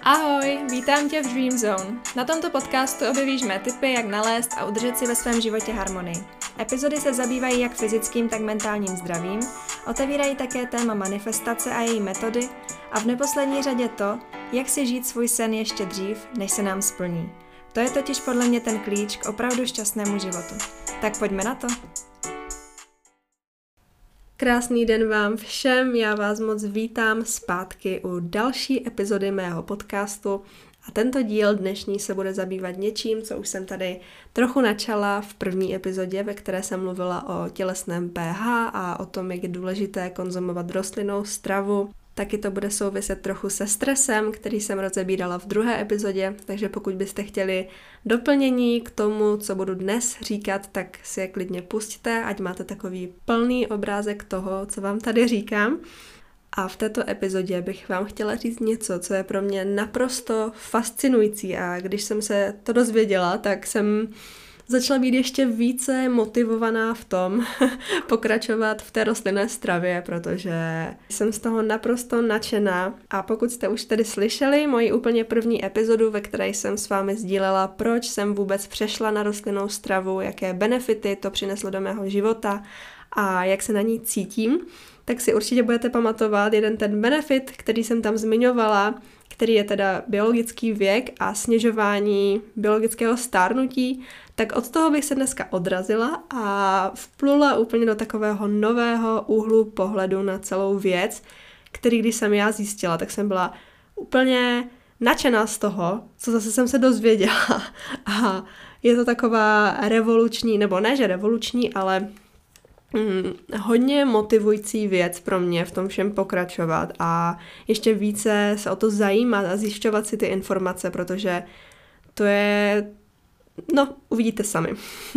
Ahoj, vítám tě v Dream Zone. Na tomto podcastu objevíš mé tipy, jak nalézt a udržet si ve svém životě harmonii. Epizody se zabývají jak fyzickým, tak mentálním zdravím, otevírají také téma manifestace a její metody a v neposlední řadě to, jak si žít svůj sen ještě dřív, než se nám splní. To je totiž podle mě ten klíč k opravdu šťastnému životu. Tak pojďme na to. Krásný den vám všem, já vás moc vítám zpátky u další epizody mého podcastu a tento díl dnešní se bude zabývat něčím, co už jsem tady trochu načala v první epizodě, ve které jsem mluvila o tělesném pH a o tom, jak je důležité konzumovat rostlinnou stravu. Taky to bude souviset trochu se stresem, který jsem rozebírala v druhé epizodě, takže pokud byste chtěli doplnění k tomu, co budu dnes říkat, tak si je klidně pusťte, ať máte takový plný obrázek toho, co vám tady říkám. A v této epizodě bych vám chtěla říct něco, co je pro mě naprosto fascinující a když jsem se to dozvěděla, tak jsem začala být ještě více motivovaná v tom pokračovat v té rostlinné stravě, protože jsem z toho naprosto nadšená. A pokud jste už tedy slyšeli moji úplně první epizodu, ve které jsem s vámi sdílela, proč jsem vůbec přešla na rostlinnou stravu, jaké benefity to přineslo do mého života a jak se na ní cítím, tak si určitě budete pamatovat jeden ten benefit, který jsem tam zmiňovala, který je teda biologický věk a snižování biologického stárnutí, tak od toho bych se dneska odrazila a vplula úplně do takového nového úhlu pohledu na celou věc, který když jsem já zjistila, tak jsem byla úplně nadšená z toho, co zase jsem se dozvěděla. A je to taková revoluční, nebo ne, že revoluční, ale hodně motivující věc pro mě v tom všem pokračovat a ještě více se o to zajímat a zjišťovat si ty informace, protože to je... No, uvidíte sami.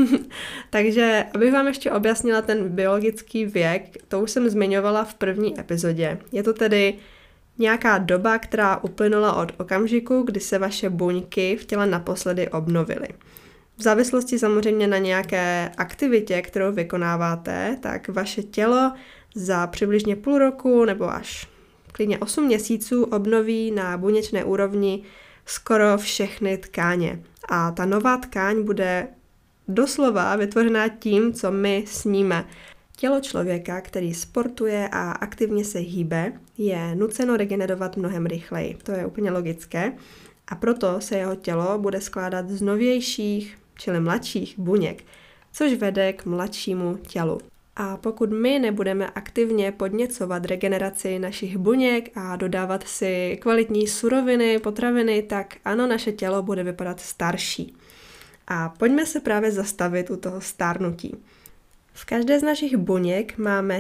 Takže, abych vám ještě objasnila ten biologický věk, to už jsem zmiňovala v první epizodě. Je to tedy nějaká doba, která uplynula od okamžiku, kdy se vaše buňky v těle naposledy obnovily. V závislosti samozřejmě na nějaké aktivitě, kterou vykonáváte, tak vaše tělo za přibližně půl roku nebo až klidně 8 měsíců obnoví na buněčné úrovni skoro všechny tkáně. A ta nová tkáň bude doslova vytvořená tím, co my sníme. Tělo člověka, který sportuje a aktivně se hýbe, je nuceno regenerovat mnohem rychleji. To je úplně logické. A proto se jeho tělo bude skládat z novějších, čili mladších buněk, což vede k mladšímu tělu. A pokud my nebudeme aktivně podněcovat regeneraci našich buněk a dodávat si kvalitní suroviny, potraviny, tak ano, naše tělo bude vypadat starší. A pojďme se právě zastavit u toho stárnutí. V každé z našich buněk máme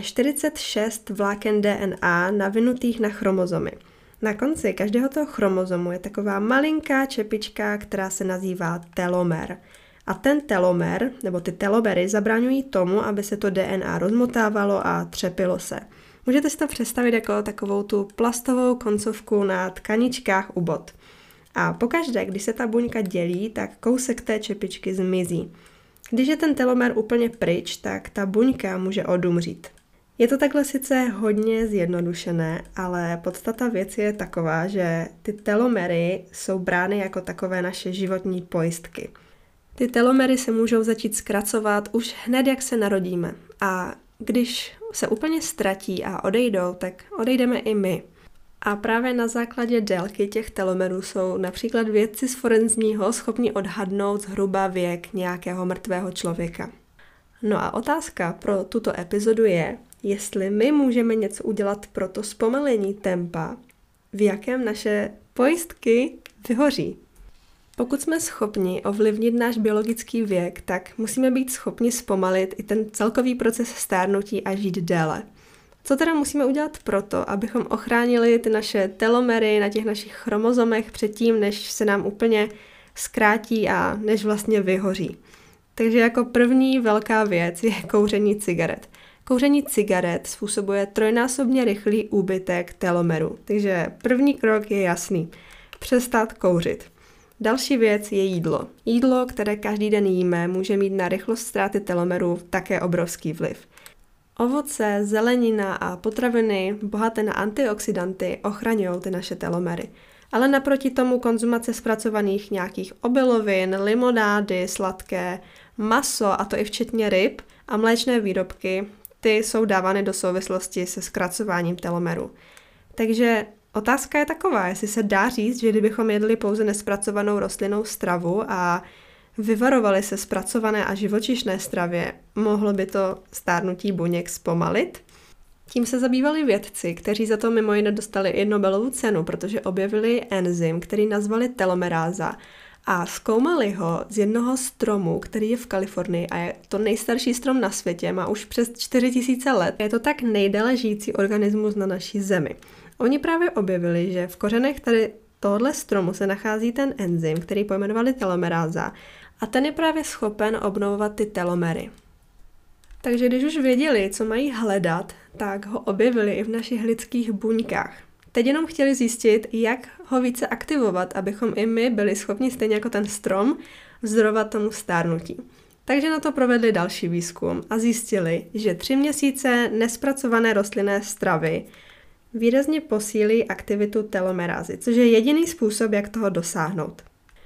46 vláken DNA navinutých na chromozomy. Na konci každého toho chromozomu je taková malinká čepička, která se nazývá telomer. A ten telomer, nebo ty telomery, zabraňují tomu, aby se to DNA rozmotávalo a třepilo se. Můžete si to představit jako takovou tu plastovou koncovku na tkaničkách u bot. A pokaždé, když se ta buňka dělí, tak kousek té čepičky zmizí. Když je ten telomer úplně pryč, tak ta buňka může odumřít. Je to takhle sice hodně zjednodušené, ale podstata věci je taková, že ty telomery jsou brány jako takové naše životní pojistky. Ty telomery se můžou začít zkracovat už hned, jak se narodíme. A když se úplně ztratí a odejdou, tak odejdeme i my. A právě na základě délky těch telomerů jsou například vědci z forenzního schopni odhadnout zhruba věk nějakého mrtvého člověka. No a otázka pro tuto epizodu je, jestli my můžeme něco udělat pro to zpomalení tempa, v jakém naše pojistky vyhoří. Pokud jsme schopni ovlivnit náš biologický věk, tak musíme být schopni zpomalit i ten celkový proces stárnutí a žít déle. Co teda musíme udělat proto, abychom ochránili ty naše telomery na těch našich chromozomech předtím, než se nám úplně zkrátí a než vlastně vyhoří? Takže jako první velká věc je kouření cigaret. Kouření cigaret způsobuje trojnásobně rychlý úbytek telomeru. Takže první krok je jasný. Přestat kouřit. Další věc je jídlo. Jídlo, které každý den jíme, může mít na rychlost ztráty telomeru také obrovský vliv. Ovoce, zelenina a potraviny bohaté na antioxidanty ochraňují ty naše telomery. Ale naproti tomu konzumace zpracovaných nějakých obilovin, limonády, sladké, maso, a to i včetně ryb a mléčné výrobky, ty jsou dávány do souvislosti se zkracováním telomeru. Takže otázka je taková, jestli se dá říct, že kdybychom jedli pouze nespracovanou rostlinnou stravu a vyvarovali se zpracované a živočišné stravě, mohlo by to stárnutí buněk zpomalit? Tím se zabývali vědci, kteří za to mimo jiné dostali i Nobelovu cenu, protože objevili enzym, který nazvali telomeráza a zkoumali ho z jednoho stromu, který je v Kalifornii a je to nejstarší strom na světě, má už přes 4000 let. Je to tak nejdéle žijící organismus na naší zemi. Oni právě objevili, že v kořenech tady tohoto stromu se nachází ten enzym, který pojmenovali telomeráza, a ten je právě schopen obnovovat ty telomery. Takže když už věděli, co mají hledat, tak ho objevili i v našich lidských buňkách. Teď jenom chtěli zjistit, jak ho více aktivovat, abychom i my byli schopni stejně jako ten strom vzdorovat tomu stárnutí. Takže na to provedli další výzkum a zjistili, že 3 měsíce nespracované rostlinné stravy výrazně posílí aktivitu telomerázy, což je jediný způsob, jak toho dosáhnout.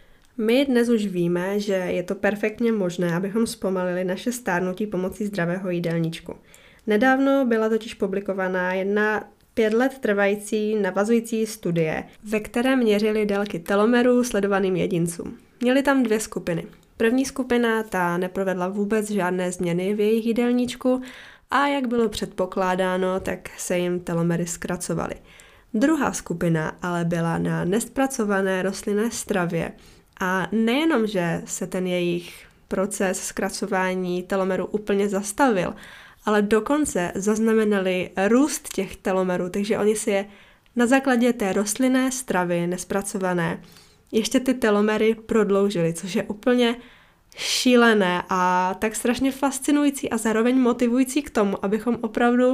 My dnes už víme, že je to perfektně možné, abychom zpomalili naše stárnutí pomocí zdravého jídelníčku. Nedávno byla totiž publikovaná jedna 5 let trvající navazující studie, ve které měřili délky telomerů sledovaným jedincům. Měli tam 2 skupiny. První skupina ta neprovedla vůbec žádné změny v jejich jídelníčku a jak bylo předpokládáno, tak se jim telomery zkracovaly. Druhá skupina ale byla na nespracované rostlinné stravě a nejenom, že se ten jejich proces zkracování telomeru úplně zastavil, ale dokonce zaznamenali růst těch telomerů, takže oni si je na základě té rostlinné stravy nespracované ještě ty telomery prodloužili, což je úplně šílené a tak strašně fascinující a zároveň motivující k tomu, abychom opravdu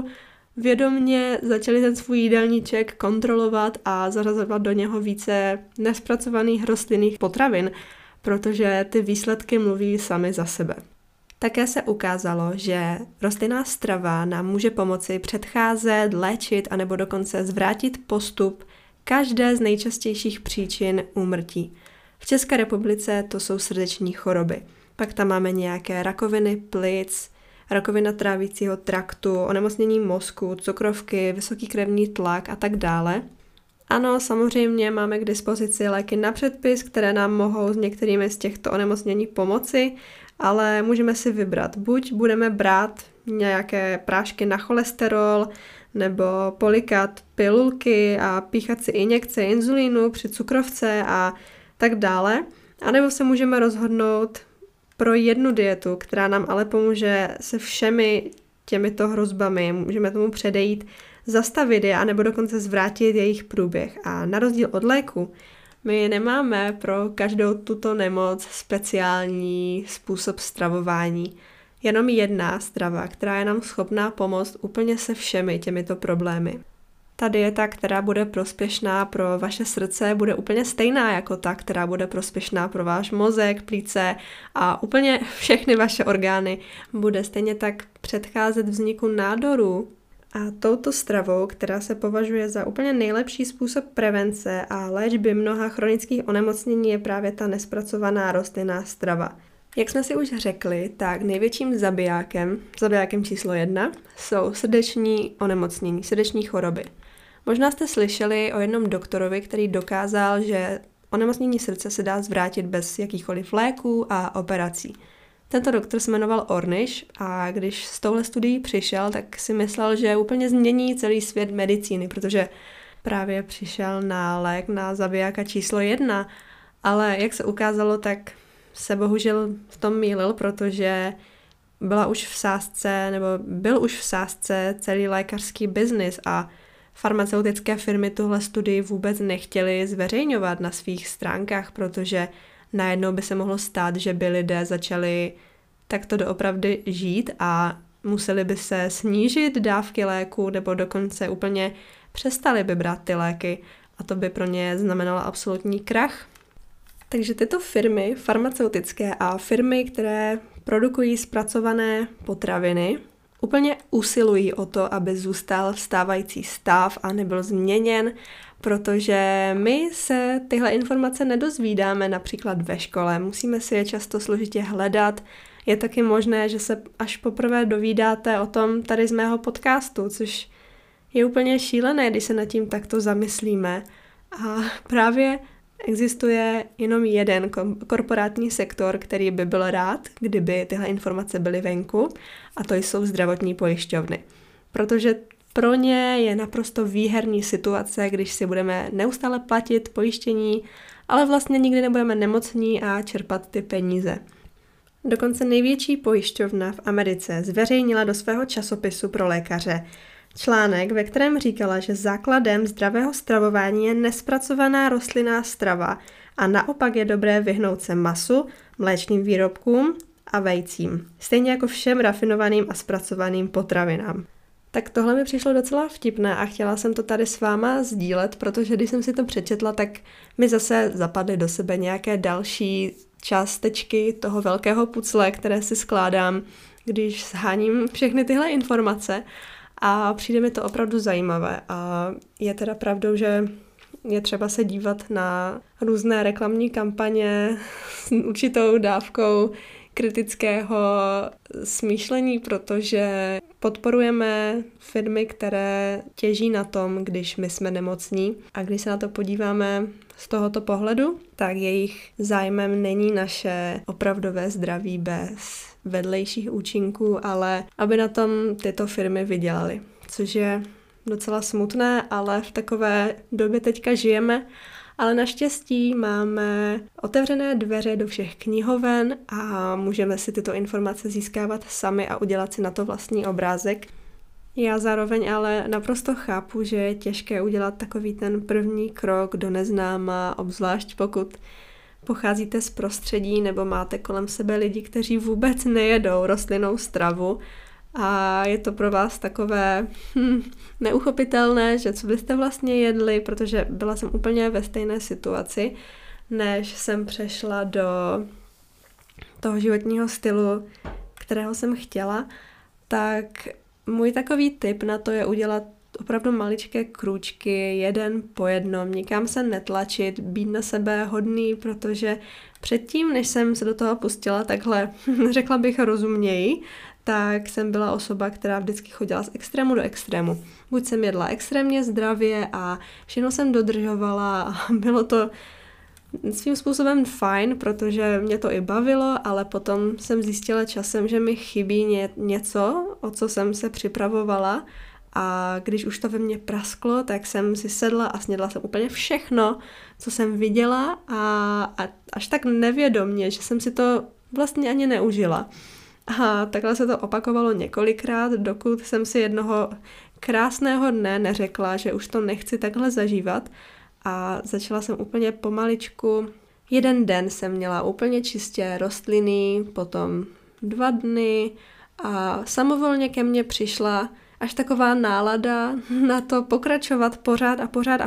vědomně začali ten svůj jídelníček kontrolovat a zařazovat do něho více nespracovaných rostlinných potravin, protože ty výsledky mluví sami za sebe. Také se ukázalo, že rostlinná strava nám může pomoci předcházet, léčit anebo dokonce zvrátit postup každé z nejčastějších příčin úmrtí. V České republice to jsou srdeční choroby. Pak tam máme nějaké rakoviny plic, rakovina trávicího traktu, onemocnění mozku, cukrovky, vysoký krevní tlak a tak dále. Ano, samozřejmě máme k dispozici léky na předpis, které nám mohou s některými z těchto onemocnění pomoci, ale můžeme si vybrat. Buď budeme brát nějaké prášky na cholesterol, nebo polikat pilulky a píchat si injekce inzulínu při cukrovce a tak dále. A nebo se můžeme rozhodnout pro jednu dietu, která nám ale pomůže se všemi těmito hrozbami. Můžeme tomu předejít, zastavit je, anebo dokonce zvrátit jejich průběh. A na rozdíl od léku, my nemáme pro každou tuto nemoc speciální způsob stravování. Jenom jedna strava, která je nám schopná pomoct úplně se všemi těmito problémy. Ta dieta, která bude prospěšná pro vaše srdce, bude úplně stejná jako ta, která bude prospěšná pro váš mozek, plíce a úplně všechny vaše orgány. Bude stejně tak předcházet vzniku nádorů. A touto stravou, která se považuje za úplně nejlepší způsob prevence a léčby mnoha chronických onemocnění, je právě ta nespracovaná rostlinná strava. Jak jsme si už řekli, tak největším zabijákem číslo 1, jsou srdeční onemocnění, srdeční choroby. Možná jste slyšeli o jednom doktorovi, který dokázal, že onemocnění srdce se dá zvrátit bez jakýchkoliv léků a operací. Tento doktor se jmenoval Ornish a když s touhle studií přišel, tak si myslel, že úplně změní celý svět medicíny, protože právě přišel na lék na zabijáka číslo 1, ale jak se ukázalo, tak se bohužel v tom mýlil, protože byl už v sázce celý lékařský biznis a farmaceutické firmy tuhle studii vůbec nechtěly zveřejňovat na svých stránkách, protože najednou by se mohlo stát, že by lidé začali takto doopravdy žít a museli by se snížit dávky léku nebo dokonce úplně přestali by brát ty léky a to by pro ně znamenalo absolutní krach. Takže tyto firmy farmaceutické a firmy, které produkují zpracované potraviny, úplně usilují o to, aby zůstal stávající stav a nebyl změněn, protože my se tyhle informace nedozvídáme například ve škole, musíme si je často složitě hledat. Je taky možné, že se až poprvé dovídáte o tom tady z mého podcastu, což je úplně šílené, když se nad tím takto zamyslíme. A právě existuje jenom jeden korporátní sektor, který by byl rád, kdyby tyhle informace byly venku, a to jsou zdravotní pojišťovny. Protože pro ně je naprosto výherní situace, když si budeme neustále platit pojištění, ale vlastně nikdy nebudeme nemocní a čerpat ty peníze. Dokonce největší pojišťovna v Americe zveřejnila do svého časopisu pro lékaře článek, ve kterém říkala, že základem zdravého stravování je nespracovaná rostlinná strava a naopak je dobré vyhnout se masu, mléčným výrobkům a vejcím, stejně jako všem rafinovaným a zpracovaným potravinám. Tak tohle mi přišlo docela vtipné a chtěla jsem to tady s váma sdílet, protože když jsem si to přečetla, tak mi zase zapadly do sebe nějaké další částečky toho velkého pucle, které si skládám, když sháním všechny tyhle informace. A přijde mi to opravdu zajímavé a je teda pravdou, že je třeba se dívat na různé reklamní kampaně s určitou dávkou kritického smýšlení, protože podporujeme firmy, které těží na tom, když my jsme nemocní. A když se na to podíváme z tohoto pohledu, tak jejich zájmem není naše opravdové zdraví bez vedlejších účinků, ale aby na tom tyto firmy vydělaly. Což je docela smutné, ale v takové době teďka žijeme. Ale naštěstí máme otevřené dveře do všech knihoven a můžeme si tyto informace získávat sami a udělat si na to vlastní obrázek. Já zároveň ale naprosto chápu, že je těžké udělat takový ten první krok do neznáma, obzvlášť pokud pocházíte z prostředí nebo máte kolem sebe lidi, kteří vůbec nejedou rostlinnou stravu a je to pro vás takové neuchopitelné, že co byste vlastně jedli, protože byla jsem úplně ve stejné situaci, než jsem přešla do toho životního stylu, kterého jsem chtěla, tak můj takový tip na to je udělat opravdu maličké krůčky, jeden po jednom, nikam se netlačit, být na sebe hodný, protože předtím, než jsem se do toho pustila takhle, řekla bych rozumněji, tak jsem byla osoba, která vždycky chodila z extrému do extrému. Buď jsem jedla extrémně zdravě a všechno jsem dodržovala a bylo to svým způsobem fajn, protože mě to i bavilo, ale potom jsem zjistila časem, že mi chybí něco, o co jsem se připravovala, a když už to ve mně prasklo, tak jsem si sedla a snědla jsem úplně všechno, co jsem viděla a až tak nevědomně, že jsem si to vlastně ani neužila. A takhle se to opakovalo několikrát, dokud jsem si jednoho krásného dne neřekla, že už to nechci takhle zažívat, a začala jsem úplně pomaličku. Jeden den jsem měla úplně čistě rostliny, potom 2 dny a samovolně ke mně přišla až taková nálada na to pokračovat pořád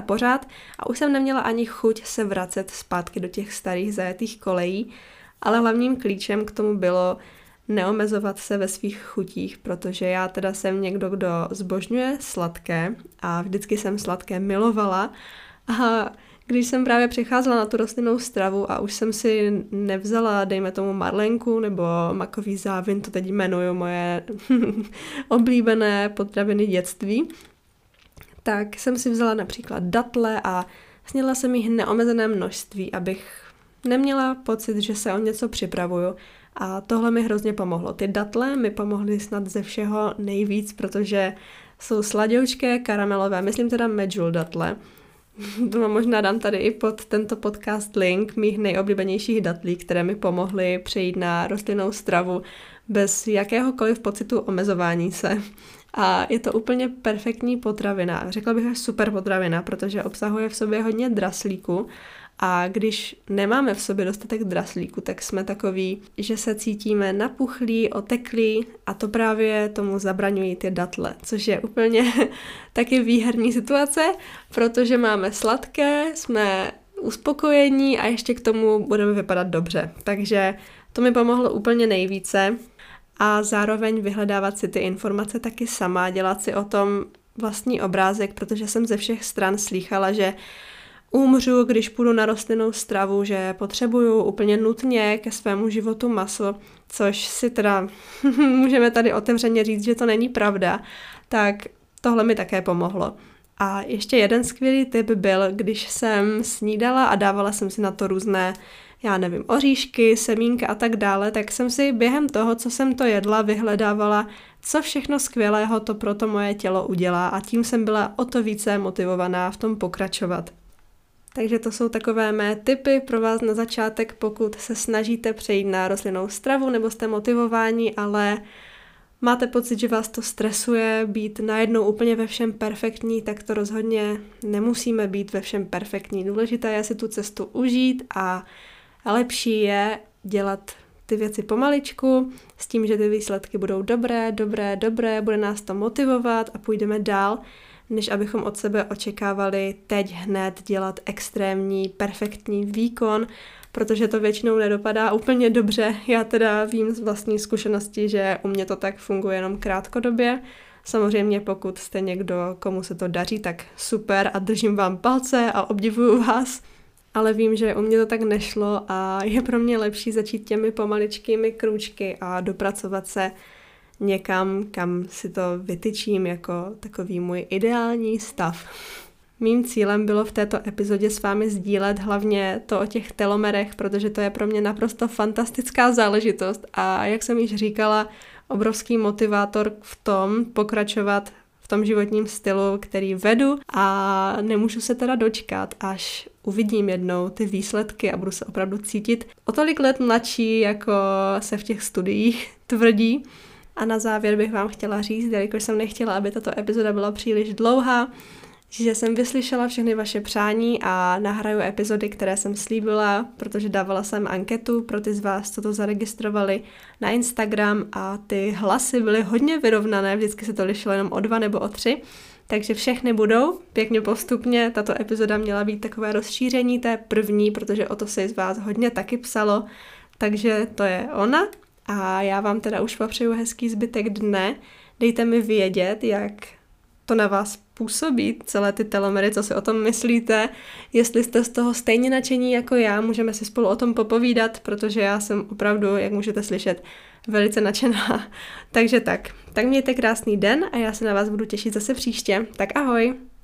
a už jsem neměla ani chuť se vracet zpátky do těch starých zajetých kolejí, ale hlavním klíčem k tomu bylo neomezovat se ve svých chutích, protože já teda jsem někdo, kdo zbožňuje sladké a vždycky jsem sladké milovala. A když jsem právě přecházela na tu rostlinnou stravu a už jsem si nevzala, dejme tomu marlenku nebo makový závin, to teď jmenuju moje oblíbené potraviny dětství, tak jsem si vzala například datle a snědla jsem jich neomezené množství, abych neměla pocit, že se o něco připravuju. A tohle mi hrozně pomohlo. Ty datle mi pomohly snad ze všeho nejvíc, protože jsou sladoučké, karamelové, myslím teda medjool datle. To možná dám tady i pod tento podcast link mých nejoblíbenějších datlí, které mi pomohly přejít na rostlinnou stravu bez jakéhokoliv pocitu omezování se. A je to úplně perfektní potravina. Řekla bych až super potravina, protože obsahuje v sobě hodně draslíku. A když nemáme v sobě dostatek draslíku, tak jsme takový, že se cítíme napuchlí, oteklí, a to právě tomu zabraňují ty datle, což je úplně taky výherní situace, protože máme sladké, jsme uspokojení a ještě k tomu budeme vypadat dobře. Takže to mi pomohlo úplně nejvíce a zároveň vyhledávat si ty informace taky sama, dělat si o tom vlastní obrázek, protože jsem ze všech stran slýchala, že umřu, když půjdu na rostlinnou stravu, že potřebuju úplně nutně ke svému životu maso, což si teda můžeme tady otevřeně říct, že to není pravda, tak tohle mi také pomohlo. A ještě jeden skvělý tip byl, když jsem snídala a dávala jsem si na to různé, oříšky, semínka a tak dále, tak jsem si během toho, co jsem to jedla, vyhledávala, co všechno skvělého to pro to moje tělo udělá a tím jsem byla o to více motivovaná v tom pokračovat. Takže to jsou takové mé tipy pro vás na začátek, pokud se snažíte přejít na rostlinnou stravu nebo jste motivováni, ale máte pocit, že vás to stresuje být najednou úplně ve všem perfektní, tak to rozhodně nemusíme být ve všem perfektní. Důležité je si tu cestu užít a lepší je dělat ty věci pomaličku, s tím, že ty výsledky budou dobré, bude nás to motivovat a půjdeme dál, než abychom od sebe očekávali teď hned dělat extrémní, perfektní výkon, protože to většinou nedopadá úplně dobře. Já teda vím z vlastní zkušenosti, že u mě to tak funguje jenom krátkodobě. Samozřejmě pokud jste někdo, komu se to daří, tak super a držím vám palce a obdivuju vás. Ale vím, že u mě to tak nešlo a je pro mě lepší začít těmi pomaličkými krůčky a dopracovat se někam, kam si to vytyčím jako takový můj ideální stav. Mým cílem bylo v této epizodě s vámi sdílet hlavně to o těch telomerech, protože to je pro mě naprosto fantastická záležitost a jak jsem již říkala, obrovský motivátor v tom pokračovat v tom životním stylu, který vedu a nemůžu se teda dočkat, až uvidím jednou ty výsledky a budu se opravdu cítit o tolik let mladší, jako se v těch studiích tvrdí. A na závěr bych vám chtěla říct, jelikož jsem nechtěla, aby tato epizoda byla příliš dlouhá, že jsem vyslyšela všechny vaše přání a nahraju epizody, které jsem slíbila, protože dávala jsem anketu pro ty z vás, co to zaregistrovali na Instagram a ty hlasy byly hodně vyrovnané, vždycky se to lišilo jenom o 2 nebo o 3, takže všechny budou pěkně postupně. Tato epizoda měla být takové rozšíření té první, protože o to se z vás hodně taky psalo, takže to je ona. A já vám teda už popřeju hezký zbytek dne. Dejte mi vědět, jak to na vás působí, celé ty telomery, co si o tom myslíte. Jestli jste z toho stejně nadšení jako já, můžeme si spolu o tom popovídat, protože já jsem opravdu, jak můžete slyšet, velice nadšená. Takže tak mějte krásný den a já se na vás budu těšit zase příště. Tak ahoj!